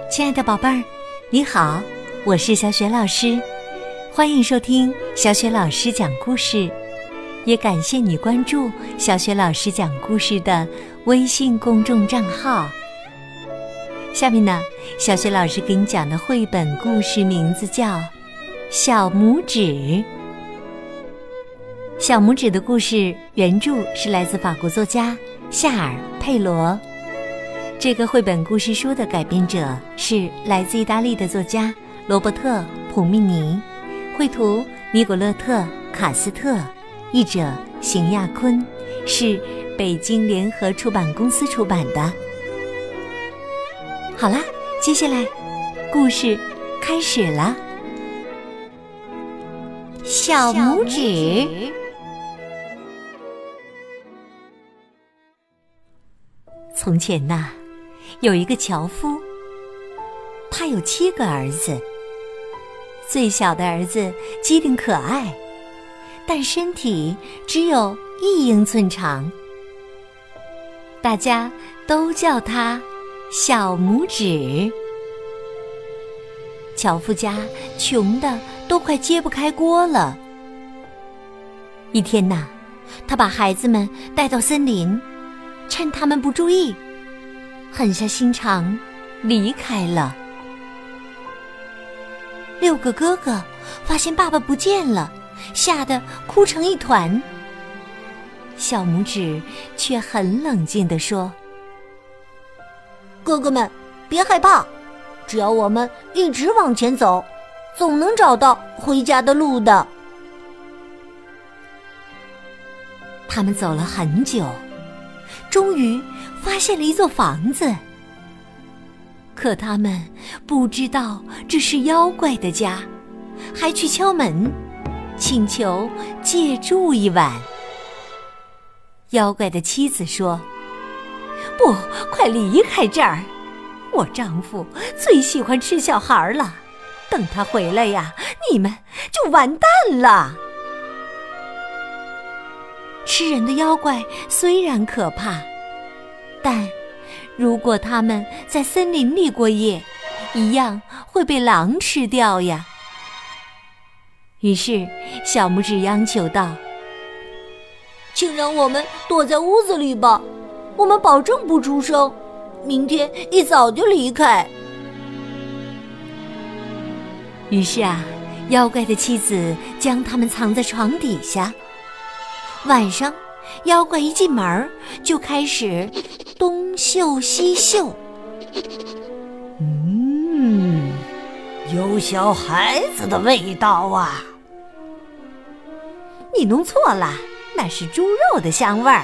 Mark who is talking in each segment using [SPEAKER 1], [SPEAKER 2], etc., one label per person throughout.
[SPEAKER 1] 亲爱的宝贝儿，你好，我是小雪老师，欢迎收听小雪老师讲故事，也感谢你关注小雪老师讲故事的微信公众账号。下面呢，小雪老师给你讲的绘本故事名字叫《小拇指》。小拇指的故事原著是来自法国作家夏尔·佩罗，这个绘本故事书的改编者是来自意大利的作家罗伯特·普密尼，绘图尼古勒特·卡斯特，译者邢亚坤，是北京联合出版公司出版的。好啦，接下来故事开始了。小拇指。从前呐，有一个樵夫，他有7个儿子。最小的儿子机灵可爱，但身体只有1英寸长，大家都叫他小拇指。樵夫家穷得都快揭不开锅了。一天呐，他把孩子们带到森林，趁他们不注意，狠下心肠离开了。6个哥哥发现爸爸不见了，吓得哭成一团。小拇指却很冷静地说：
[SPEAKER 2] 哥哥们，别害怕，只要我们一直往前走，总能找到回家的路的。
[SPEAKER 1] 他们走了很久，终于发现了一座房子。可他们不知道这是妖怪的家，还去敲门，请求借住一晚。妖怪的妻子说：不，快离开这儿，我丈夫最喜欢吃小孩了，等他回来呀，你们就完蛋了。吃人的妖怪虽然可怕，但如果他们在森林里过夜，一样会被狼吃掉呀。于是小拇指央求道：
[SPEAKER 2] 请让我们躲在屋子里吧，我们保证不出声，明天一早就离开。
[SPEAKER 1] 于是啊，妖怪的妻子将他们藏在床底下。晚上，妖怪一进门就开始东嗅西嗅。
[SPEAKER 2] 有小孩子的味道啊！
[SPEAKER 1] 你弄错了，那是猪肉的香味儿。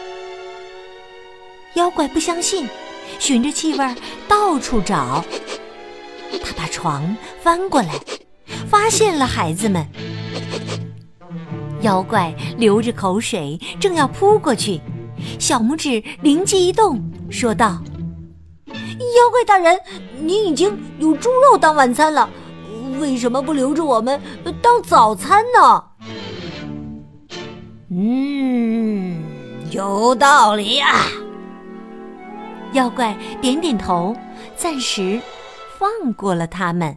[SPEAKER 1] 妖怪不相信，循着气味到处找。他把床翻过来，发现了孩子们。妖怪流着口水，正要扑过去，小拇指灵机一动，说道：
[SPEAKER 2] 妖怪大人，您已经有猪肉当晚餐了，为什么不留着我们当早餐呢？
[SPEAKER 3] 有道理啊。
[SPEAKER 1] 妖怪点点头，暂时放过了他们。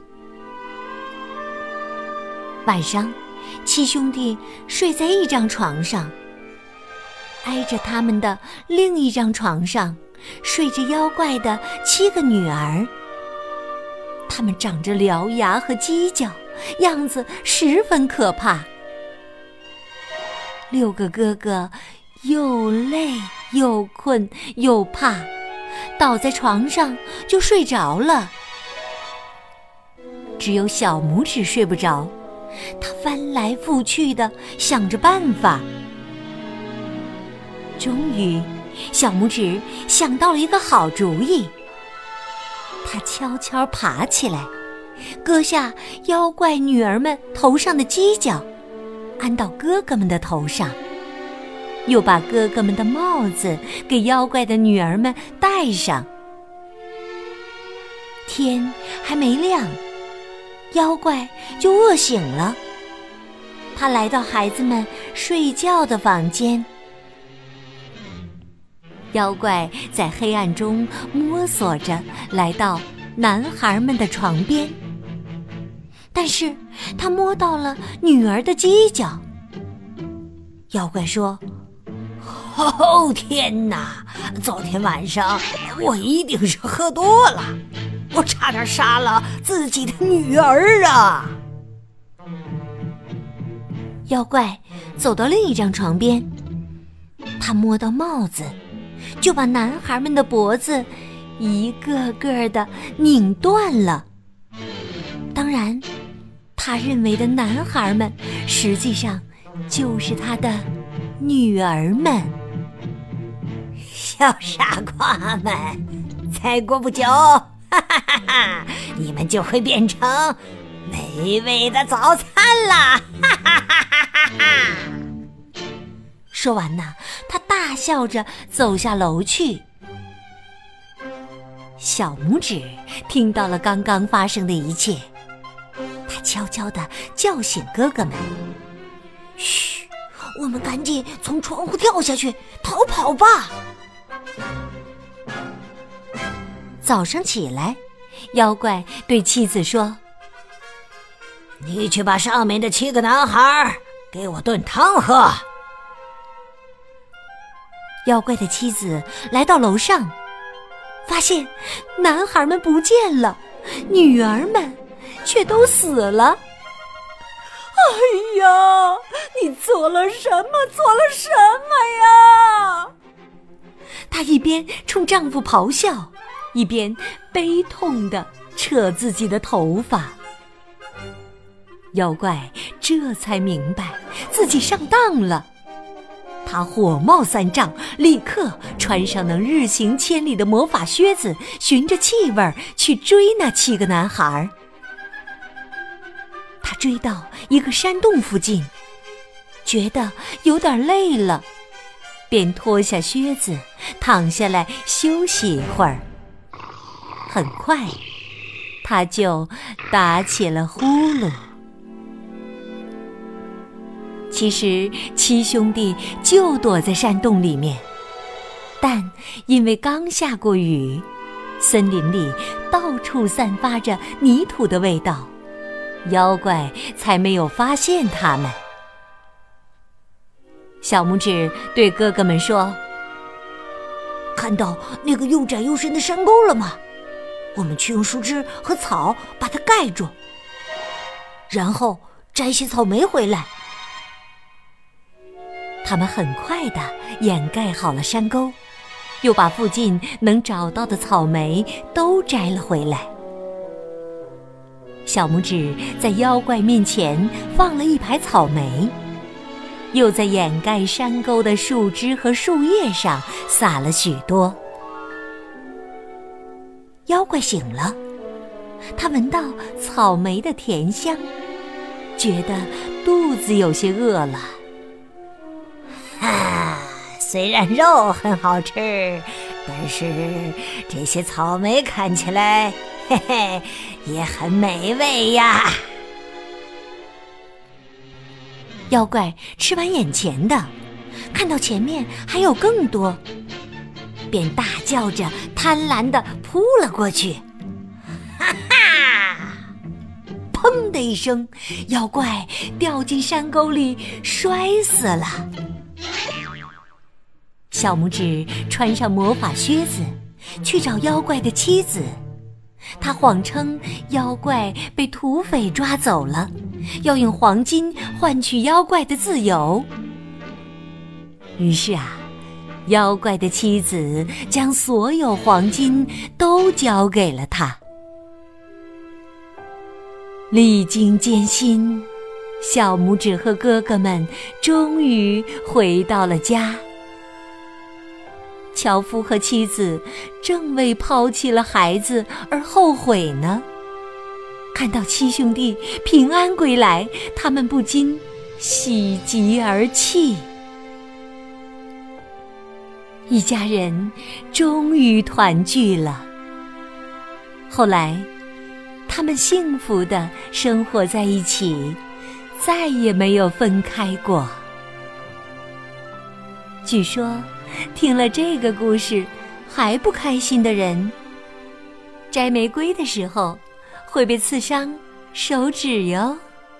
[SPEAKER 1] 晚上，7兄弟睡在一张床上，挨着他们的另一张床上睡着妖怪的7个女儿。他们长着獠牙和犄角，样子十分可怕。6个哥哥又累又困又怕，倒在床上就睡着了。只有小拇指睡不着，他翻来覆去地想着办法。终于，小拇指想到了一个好主意。他悄悄爬起来，割下妖怪女儿们头上的犄角，安到哥哥们的头上，又把哥哥们的帽子给妖怪的女儿们戴上。天还没亮，妖怪就饿醒了。他来到孩子们睡觉的房间。妖怪在黑暗中摸索着来到男孩们的床边，但是他摸到了女儿的犄角。妖怪说：
[SPEAKER 2] 哦，天哪！昨天晚上我一定是喝多了，我差点杀了自己的女儿啊！
[SPEAKER 1] 妖怪走到另一张床边，他摸到帽子，就把男孩们的脖子一个个的拧断了。当然，他认为的男孩们，实际上就是他的女儿们。
[SPEAKER 2] 小傻瓜们，再过不久，哈哈哈哈，你们就会变成美味的早餐啦！哈哈哈哈哈！
[SPEAKER 1] 说完呢，他大笑着走下楼去。小拇指听到了刚刚发生的一切，他悄悄地叫醒哥哥们：
[SPEAKER 2] 嘘，我们赶紧从窗户跳下去逃跑吧！
[SPEAKER 1] 早上起来，妖怪对妻子说：
[SPEAKER 2] 你去把上面的7个男孩给我炖汤喝。
[SPEAKER 1] 妖怪的妻子来到楼上，发现男孩们不见了，女儿们却都死了。
[SPEAKER 2] 哎呀，你做了什么？做了什么呀？
[SPEAKER 1] 她一边冲丈夫咆哮，一边悲痛地扯自己的头发。妖怪这才明白自己上当了，他火冒三丈，立刻穿上能日行千里的魔法靴子，循着气味去追那7个男孩。他追到一个山洞附近，觉得有点累了，便脱下靴子躺下来休息一会儿。很快他就打起了呼噜。其实7兄弟就躲在山洞里面，但因为刚下过雨，森林里到处散发着泥土的味道，妖怪才没有发现他们。小拇指对哥哥们说：
[SPEAKER 2] 看到那个又窄又深的山沟了吗？我们去用树枝和草把它盖住，然后摘些草莓回来。
[SPEAKER 1] 他们很快地掩盖好了山沟，又把附近能找到的草莓都摘了回来。小拇指在妖怪面前放了一排草莓，又在掩盖山沟的树枝和树叶上撒了许多。妖怪醒了，他闻到草莓的甜香，觉得肚子有些饿了。
[SPEAKER 2] 虽然肉很好吃，但是这些草莓看起来，嘿嘿，也很美味呀。
[SPEAKER 1] 妖怪吃完眼前的，看到前面还有更多，便大叫着贪婪地扑了过去。
[SPEAKER 2] 哈哈！
[SPEAKER 1] 砰的一声，妖怪掉进山沟里摔死了。小拇指穿上魔法靴子去找妖怪的妻子，他谎称妖怪被土匪抓走了，要用黄金换取妖怪的自由。于是妖怪的妻子将所有黄金都交给了他。历经艰辛，小拇指和哥哥们终于回到了家。樵夫和妻子正为抛弃了孩子而后悔呢，看到7兄弟平安归来，他们不禁喜极而泣。一家人终于团聚了。后来他们幸福地生活在一起，再也没有分开过。据说听了这个故事还不开心的人， 摘玫瑰的时候会被刺伤手指哟。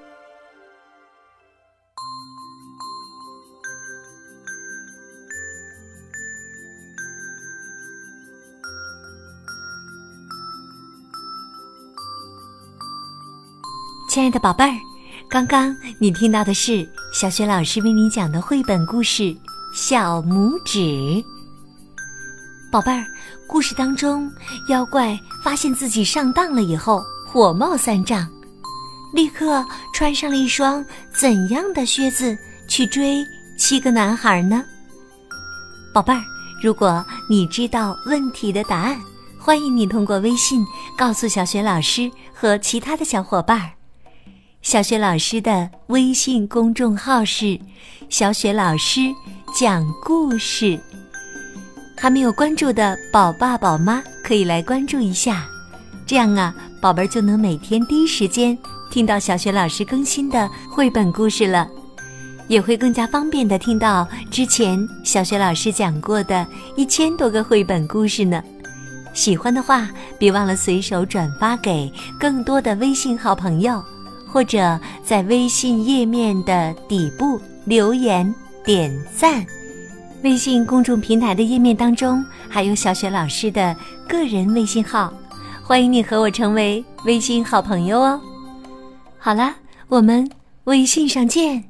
[SPEAKER 1] 亲爱的宝贝儿，刚刚你听到的是小雪老师为你讲的绘本故事《小拇指》。宝贝儿，故事当中，妖怪发现自己上当了以后，火冒三丈，立刻穿上了一双怎样的靴子去追7个男孩呢？宝贝儿，如果你知道问题的答案，欢迎你通过微信告诉小雪老师和其他的小伙伴。小雪老师的微信公众号是小雪老师讲故事，还没有关注的宝爸宝妈可以来关注一下，这样啊，宝贝儿就能每天第一时间听到小雪老师更新的绘本故事了，也会更加方便地听到之前小雪老师讲过的1000多个绘本故事呢。喜欢的话，别忘了随手转发给更多的微信好朋友，或者在微信页面的底部留言点赞。微信公众平台的页面当中还有小雪老师的个人微信号，欢迎你和我成为微信好朋友哦。好了，我们微信上见。